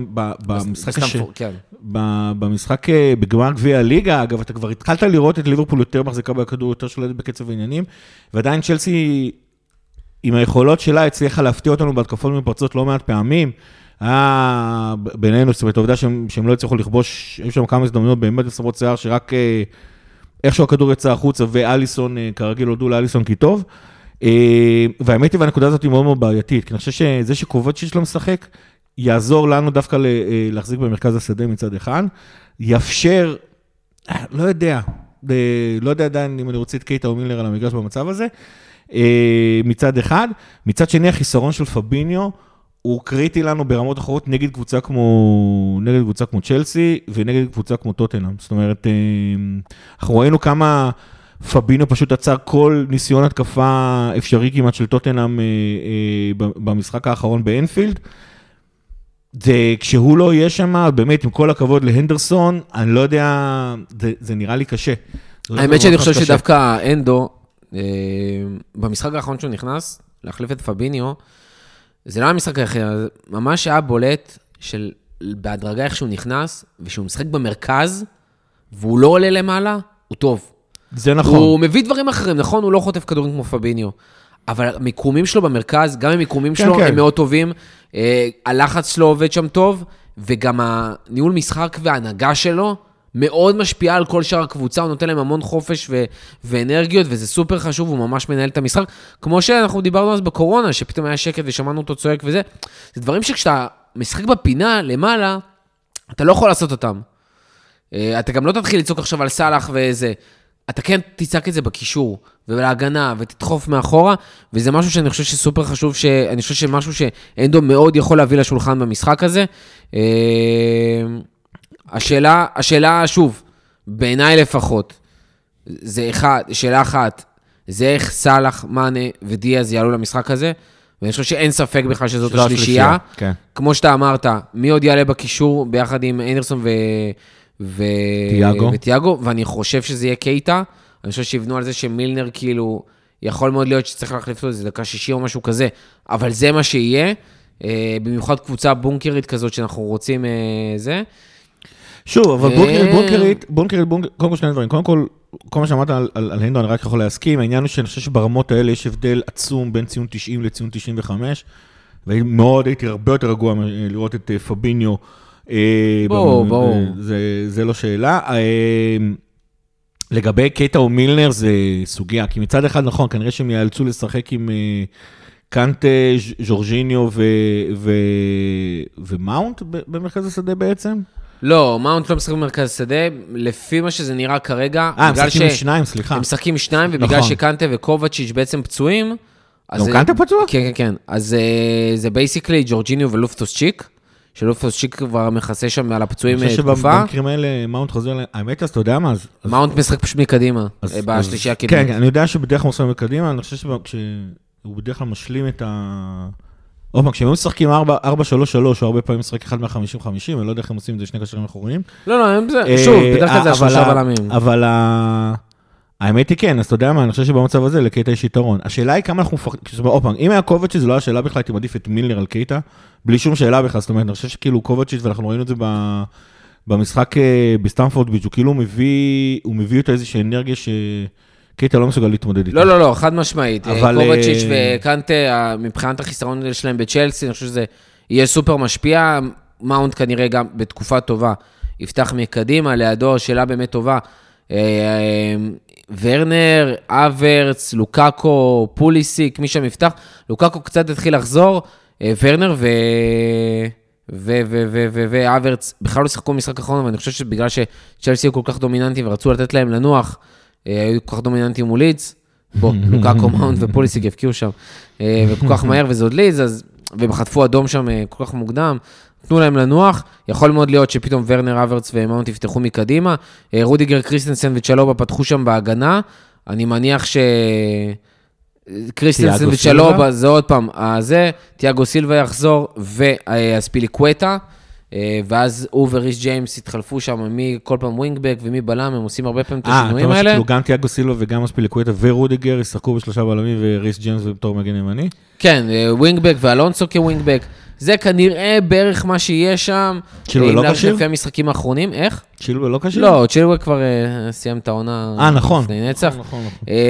במשחק בגמר גביע הליגה, אגב, אתה כבר התחלת לראות את ליברפול יותר מחזיקה בכדור, יותר שולטת בקצב העניינים, ועדיין צ'לסי, עם היכולות שלה, הצליחה להפתיע אותנו בהתקפות מפרצות לא מעט פעמים, בינינו, זאת אומרת, העובדה שהם לא הצליחו לכבוש, היו שם כמה הזדמנויות באמת בסמרות שיער, שרק איכשהו הכדור יצא החוצה, ואליסון, כרגיל הודו לאליסון כי טוב, והאמת היא, והנקודה הזאת היא מאוד מאוד בעייתית, כי אני חושב שזה שקובצ'יץ' לא משחק, יעזור לנו דווקא להחזיק במרכז השדה מצד אחד, יאפשר, לא יודע עדיין אם אני רוצה את קייטה או מילנר על המגרש במצב הזה, מצד אחד, מצד שני החיסרון של פביניו, הוא קריטי לנו ברמות אחרות נגד קבוצה כמו צ'לסי, ונגד קבוצה כמו טוטנהאם. זאת אומרת, אנחנו ראינו כמה פביניו פשוט עצר כל ניסיון התקפה אפשרי כמעט של טוטנהאם במשחק האחרון באנפילד. כשהוא לא יהיה שם, באמת, עם כל הכבוד להנדרסון, אני לא יודע, זה נראה לי קשה. האמת שאני חושב שדווקא אנדו, במשחק האחרון שהוא נכנס, להחליף את פביניו, זה לא המשחק היחיד, ממש היה בולט של בהדרגה איך שהוא נכנס, ושהוא משחק במרכז, והוא לא עולה למעלה, הוא טוב. זה נכון. הוא מביא דברים אחרים, נכון? הוא לא חוטף כדורים כמו פביניו. אבל המיקומים שלו במרכז, גם המיקומים שלו הם מאוד טובים, הלחץ שלו עובד שם טוב, וגם הניהול משחק וההנהגה שלו, מאוד משפיעה על כל שאר הקבוצה, הוא נותן להם המון חופש ואנרגיות, וזה סופר חשוב, הוא ממש מנהל את המשחק, כמו שאנחנו דיברנו אז בקורונה, שפתאום היה שקט ושמענו אותו צועק וזה, זה דברים שכשאתה משחק בפינה למעלה, אתה לא יכול לעשות אותם. אתה גם לא תתחיל לצעוק עכשיו על סלח וזה, אתה כן תצעק את זה בקישור, ולהגנה, ותדחוף מאחורה, וזה משהו שאני חושב שסופר חשוב, אני חושב שמשהו שאנדו מאוד יכול להביא לשולחן במשחק הזה. השאלה, שוב, בעיניי לפחות, זה שאלה אחת, זה איך סלח, מאנה ודיאז יעלו למשחק הזה, ואני חושב שאין ספק בכלל שזאת השלישייה. כן. כמו שאתה אמרת, מי עוד יעלה בקישור ביחד עם אנדרסון וטיאגו, ואני חושב שזה יהיה קייטה, אני חושב שיבנו על זה שמילנר כאילו, יכול מאוד להיות שצריך להחליף אותו, זה דקה 60 או משהו כזה, אבל זה מה שיהיה, במיוחד קבוצה בונקרית כזאת שאנחנו רוצים זה. שוב, אבל בונקרית, קודם כל שני דברים, קודם כל מה שאמרת על הנדו, אני רק יכול להסכים, העניין הוא שאני חושב שברמות האלה יש הבדל עצום בין ציון 90 לציון 95, ומאוד הייתי הרבה יותר רגוע לראות את פביניו, זה לא שאלה. לגבי קייטה או מילנר זה סוגיה, כי מצד אחד נכון, כנראה שהם יאלצו לשחק עם קנטה, ז'ורג'יניו ומאונט במרכז השדה בעצם? לא, מאונט לא משחק במרכז השדה, לפי מה שזה נראה כרגע, הם משחקים עם שניים, סליחה. הם משחקים עם שניים, ובגלל שקנטה וקובצ'יץ' בעצם פצועים, גם קנטה פצוע? כן, כן, כן. אז זה בייסיקלי ג'ורג'יניו ולופטוס צ'יק, שלופטוס צ'יק כבר מכסה שם על הפצועים תקופה. אני חושב שבמקרים האלה מאונט חוזר, האמת, אז אתה יודע מה? מאונט משחק פשוט מקדימה, בשלישי הקדמית. כן, אני יודע שבדרך כלל משחק מקדימה, אני חושב שהוא בדרך כלל משלים את ה... עוד פעם, כשהם משחקים 4-3-3, או הרבה פעמים משחק 1 מה-50-50, אני לא יודע איך הם עושים את זה שני קשרים אחוריים. לא, שוב, בדרך כלל זה השלושה בלמים. אבל האמת היא כן, אז אתה יודע מה, אני חושב שבמצב הזה לקייטה יש יתרון. השאלה היא כמה אנחנו עוד פעם, אם היה קובצ'יץ', זה לא השאלה בכלל, הייתי מעדיף את מילנר על קייטה, בלי שום שאלה בכלל, זאת אומרת, אני חושב שכאילו קובצ'יץ', ואנחנו ראינו את זה במשחק בסטמפורד ביץ', הוא כאילו הוא מביא אותה איזושהי אנרגיה קייטה לא מסוגל להתמודד איתה. לא, חד משמעית. קובצ'יץ' וקנטה, מבחינת החיסרון שלהם בצ'לסי, אני חושב שזה יהיה סופר משפיע, מאונט כנראה גם בתקופה טובה, יפתח מקדימה, לידו שאלה באמת טובה, ורנר, אברץ, לוקאקו, פוליסיק, מי שם יפתח, לוקאקו קצת התחיל לחזור, ורנר ואברץ בכלל לא שיחקו משחק אחרון, אבל אני חושב שבגלל שצ'לסי היו כל כך דומיננטיים ורצו לתת להם לנוח, היו כל כך דומיננטיים מול לידס, לוקאקו, מאונט ופוליסיק הפקיעו שם, וכל כך מהר, וזה עוד לידס, והם חטפו אדום שם כל כך מוקדם, תנו להם לנוח, יכול מאוד להיות שפתאום ורנר, אברץ ומאונט יפתחו מקדימה, רודיגר, קריסטנסן וצ'לובה פתחו שם בהגנה, אני מניח קריסטנסן וצ'לובה, זה עוד פעם, תיאגו סילבה יחזור, והספיליקווטה, ואז הוא וריס ג'יימס התחלפו שם, מי כל פעם ווינגבק ומי בלם, הם עושים הרבה פעמים את השינויים האלה. אתה אומר גם תיאגו סילבה וגם הספיליקווטה ורודיגר ישחקו בשלושה בלמים וריס ג'יימס בתור מגן ימני? כן, ווינגבק ואלונסו כווינגבק, זה כנראה בערך מה שיהיה שם. צ'ילואל לא קשיר? לפי המשחקים האחרונים, איך? צ'ילואל לא קשיר? לא, צ'ילואל כבר סיים את העונה. נכון. לפני נצח. נכון.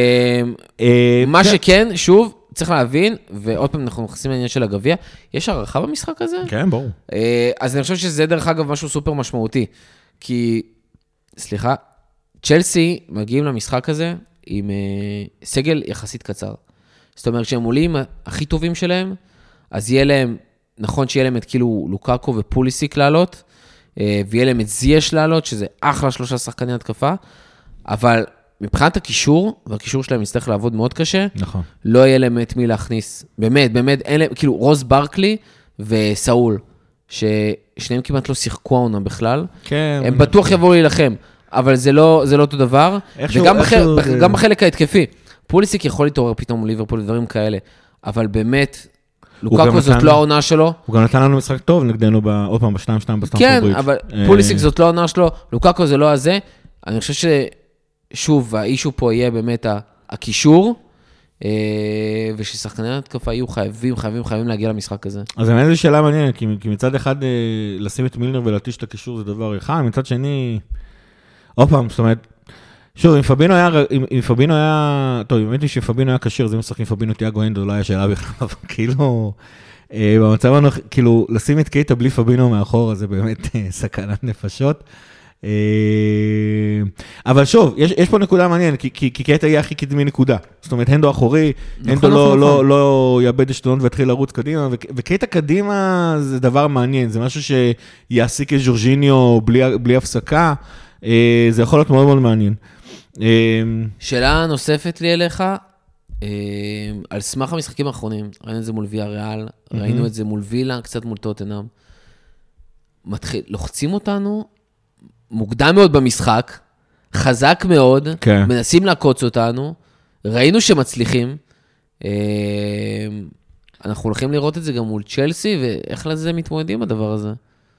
מה שכן, שוב, צריך להבין, ועוד פעם אנחנו נכנסים לעניין של הגביע, יש הערכה במשחק הזה? כן, ברור. אז אני חושב שזה דרך אגב משהו סופר משמעותי, כי, סליחה, צ'לסי מגיעים למשחק הזה עם סגל יחסית קצר. זאת אומרת, כשהם עולים הכי טובים שלהם, אז יהיה להם, נכון שיהיה להם את כאילו לוקאקו ופוליסיק לעלות, ויהיה להם את זייש לעלות, שזה אחלה 3 שחקני התקפה, אבל מבחינת הקישור, והקישור שלהם יצטרך לעבוד מאוד קשה, נכון. לא יהיה להם את מי להכניס. באמת, אין להם, כאילו רוס ברקלי וסאול, ששניהם כמעט לא שיחקו העונה בכלל, כן. הם בטוח יבואו להילחם, אבל זה לא אותו דבר, וגם בחלק ההתקפי, פוליסיק יכול להתעורר פתאום ליברפול ודברים כאלה, אבל באמת, לוקאקו זאת לא העונה שלו. הוא גם נתן לנו משחק טוב נגדנו, עוד פעם, ב-2-2 בסטמפורד ברידג'. כן, אבל פוליסיק זאת לא העונה שלו, לוקאקו זה לא הזה, אני חושב ששוב, האישו פה יהיה באמת הקישור, וששחקני התקפה יהיו חייבים להגיע למשחק הזה. אז אני איזו שאלה מעניינת, כי מצד אחד לשים את מילנר ולהטיש את הקישור זה דבר אחד, מצד שני, עוד פעם, זאת אומרת, שוב, אם פבינו היה, טוב, באמת היא שפבינו היה קשיר, זה משחק עם פבינו תיאגו אנדו, לא היה שאלה בכלל, אבל כאילו, במצב כאילו, לשים את קייטה בלי פבינו מאחור, זה באמת סכנת נפשות. אבל שוב, יש פה נקודה מעניין, כי קטע יהיה הכי קדמי נקודה. זאת אומרת, הנדו אחורי, הנדו לא יאבד השתנות ויתחיל לרוץ קדימה, וקטע קדימה זה דבר מעניין, זה משהו שיעסיק את ז'ורג'יניו בלי הפסקה, זה יכול להיות מאוד מאוד מעניין. שאלה נוספת לי אליך, על סמך המשחקים האחרונים, ראינו את זה מול ויאריאל, ראינו את זה מול וילה, קצת מול טוטנהאם, לוחצים אותנו, מוקדם מאוד במשחק, חזק מאוד, מנסים לעקוץ אותנו, ראינו שמצליחים, אנחנו הולכים לראות את זה גם מול צ'לסי, ואיך לזה מתמודדים הדבר הזה?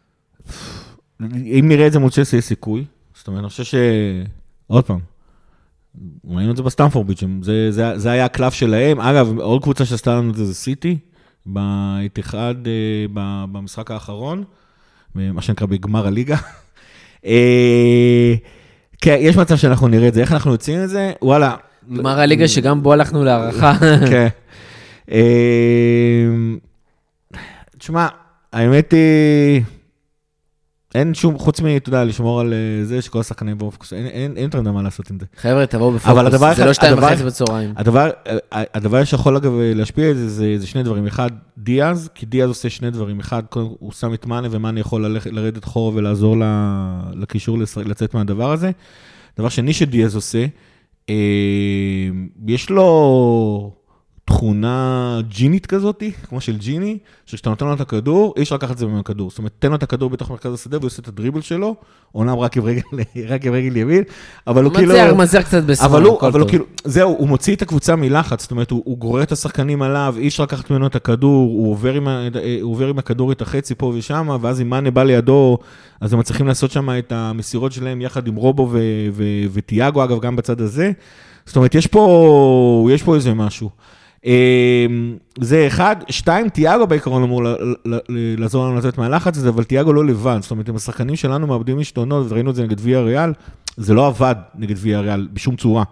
אם נראה את זה מול צ'לסי, יש סיכוי, זאת אומרת, אני חושב עוד פעם, ראינו את זה בסטמפורד ביץ', זה היה הקלף שלהם, אגב, עוד קבוצה שעשתה לנו את זה סיטי, בהתאחד, במשחק האחרון, מה שנקרא בגמר הליגה, כן, יש מצב שאנחנו נראה את זה, איך אנחנו יוצאים את זה, וואלה. גמר הליגה שגם בו הלכנו להערכה. כן. תשמע, האמת היא, אין שום, חוץ אתה יודע, לשמור על זה שכל השחקנים בפוקוס, אין יותר מה לעשות עם זה. חבר'ה, תבואו בפוקוס, זה לא 2:30 בצהריים. הדבר שיכול אגב להשפיע את זה, זה שני דברים. אחד, דיאז, כי דיאז עושה שני דברים. אחד, הוא שם את מאנה, ומאנה יכול לרדת חור ולעזור לקישור לצאת מהדבר הזה. דבר שני שדיאז עושה, יש לו תכונה ג'ינית כזאת, כמו של ג'יני, שכשאתה נותן לו את הכדור, אי אפשר לקחת את זה מהכדור. זאת אומרת, תן לו את הכדור בתוך מרכז השדה, והוא עושה את הדריבל שלו, עונם רק עם רגל ימין, אבל הוא כאילו... מזר קצת בסמאל, אבל הוא כאילו, זהו, הוא מוציא את הקבוצה מלחץ, זאת אומרת, הוא גורר את השחקנים עליו, אי אפשר לקחת ממנו את הכדור, הוא עובר עם הכדור את החצי פה ושם, ואז אם מאנה בא לידו, אז הם צריכים לעשות שם את המסירות שלהם, יחד עם רובו וטיאגו, אגב, גם בצד הזה. זאת אומרת, יש פה איזה משהו. זה אחד, שתיים, טיאגו בעיקרון אמור לעזור לנו לצאת מהלחץ הזה, אבל טיאגו לא לבד, זאת אומרת, אם השחקנים שלנו מאבדים משתונות, וראינו את זה נגד ויאריאל, זה לא עבד נגד ויאריאל בשום צורה.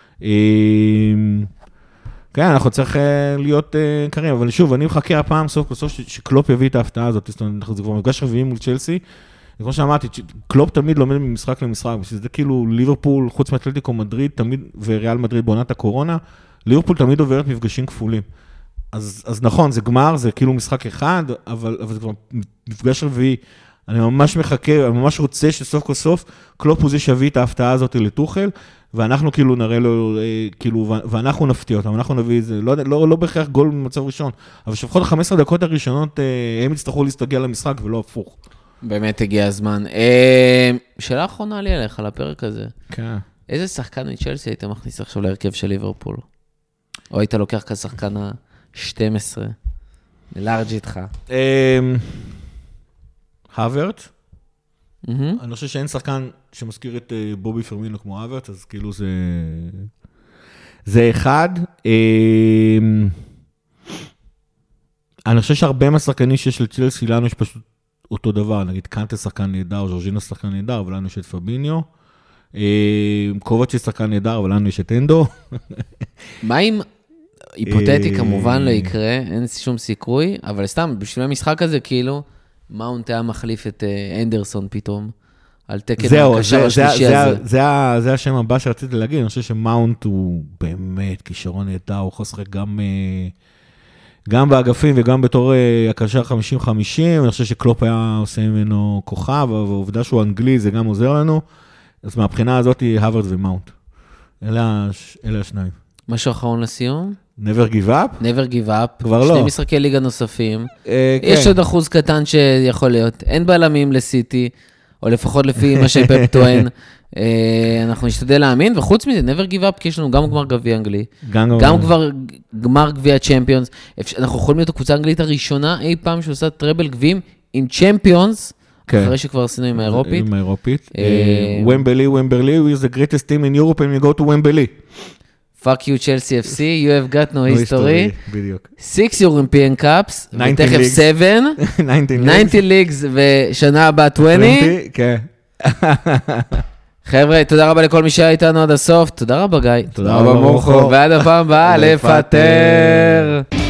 כן, אנחנו צריך להיות קרים, אבל שוב, אני מחכה הפעם סוף שקלופ יביא את ההפתעה הזאת, זאת אומרת, זה כבר מפגש רביעי מול צ'לסי, כמו שאמרתי, קלופ תמיד לומד ממשחק למשחק, שזה כאילו ליברפול, חוץ מאתלטיקו מדריד, תמיד, וריאל מדריד בעונת הקורונה, ליברפול תמיד עוברת מפגשים כפולים. אז נכון, זה גמר, זה כאילו משחק אחד, אבל זה כבר מפגש רביעי. אני ממש מחכה, אני ממש רוצה שסוף כל סוף, קלופ הוא זה שיביא את ההפתעה הזאת לטוחל, ואנחנו כאילו נראה לו, כאילו, ואנחנו נפתיע אותם, אנחנו נביא את זה, לא בהכרח גול במצב ראשון, אבל לפחות 15 דקות הראשונות, הם יצטרכו להסתגל למשחק ולא הפוך. באמת הגיע הזמן. שאלה אחרונה לי עליך, על הפרק הזה. כן. איזה שחקן מצ'לסי היית מכניס עכשיו להרכב של ליברפול? או היית לוקח כשחקן ה-12, ללארג' איתך? הוורט. אני חושב שאין שחקן שמזכיר את בובי פרמינו כמו הוורט, אז כאילו זה אחד. אני חושב שהרבה מהשחקנים שיש לצ'לסי, לנו יש פשוט אותו דבר, נגיד קנטה שחקן נהדר, ז'ורג'ינו שחקן נהדר, אבל לנו יש את פביניו. קובצ'י שחקן נהדר, אבל לנו יש את אנדו. מה אם, היפותטי כמובן לא יקרה, אין שום סיכוי, אבל סתם, בשביל המשחק הזה כאילו, מאונט היה מחליף את אנדרסון פתאום, על תקן הקשר השלישי הזה. זה השם הבא שרציתי להגיד, אני חושב שמאונט הוא באמת כישרון נהדר, הוא חוסך גם באגפים וגם בתור הקשר 50-50, אני חושב שקלופ היה עושה ממנו כוכב, והעובדה שהוא אנגלי זה גם עוזר לנו, אז מהבחינה הזאת היא הווארד ומאונט. אלה השניים. משהו אחרון לסיום? never give up? never give up. כבר לא. שני משחקי ליגה נוספים. יש עוד אחוז קטן שיכול להיות. אין בלמים לסיטי, או לפחות לפי מה שפפ טוען. אנחנו נשתדל להאמין, וחוץ מזה, never give up, כי יש לנו גם גמר גביע אנגלי. גם כבר גמר גביע צ'מפיונס. אנחנו יכולים להיות הקבוצה האנגלית הראשונה אי פעם שעושה טראבל גביעים עם צ'מפיונס, אחרי שכבר עשינו עם האירופית. עם האירופית. ומבלי, we're the greatest team in Europe and we go to Wembley. Fuck you Chelsea FC, you have got no history. בדיוק. 6 European Cups, ותכף 7, 90 ליגס, ושנה הבאה 20. כן. חבר'ה, תודה רבה לכל מי שהיה איתנו עד הסוף. תודה רבה גיא. תודה רבה מורכו. ועד הפעם הבאה, לפטר.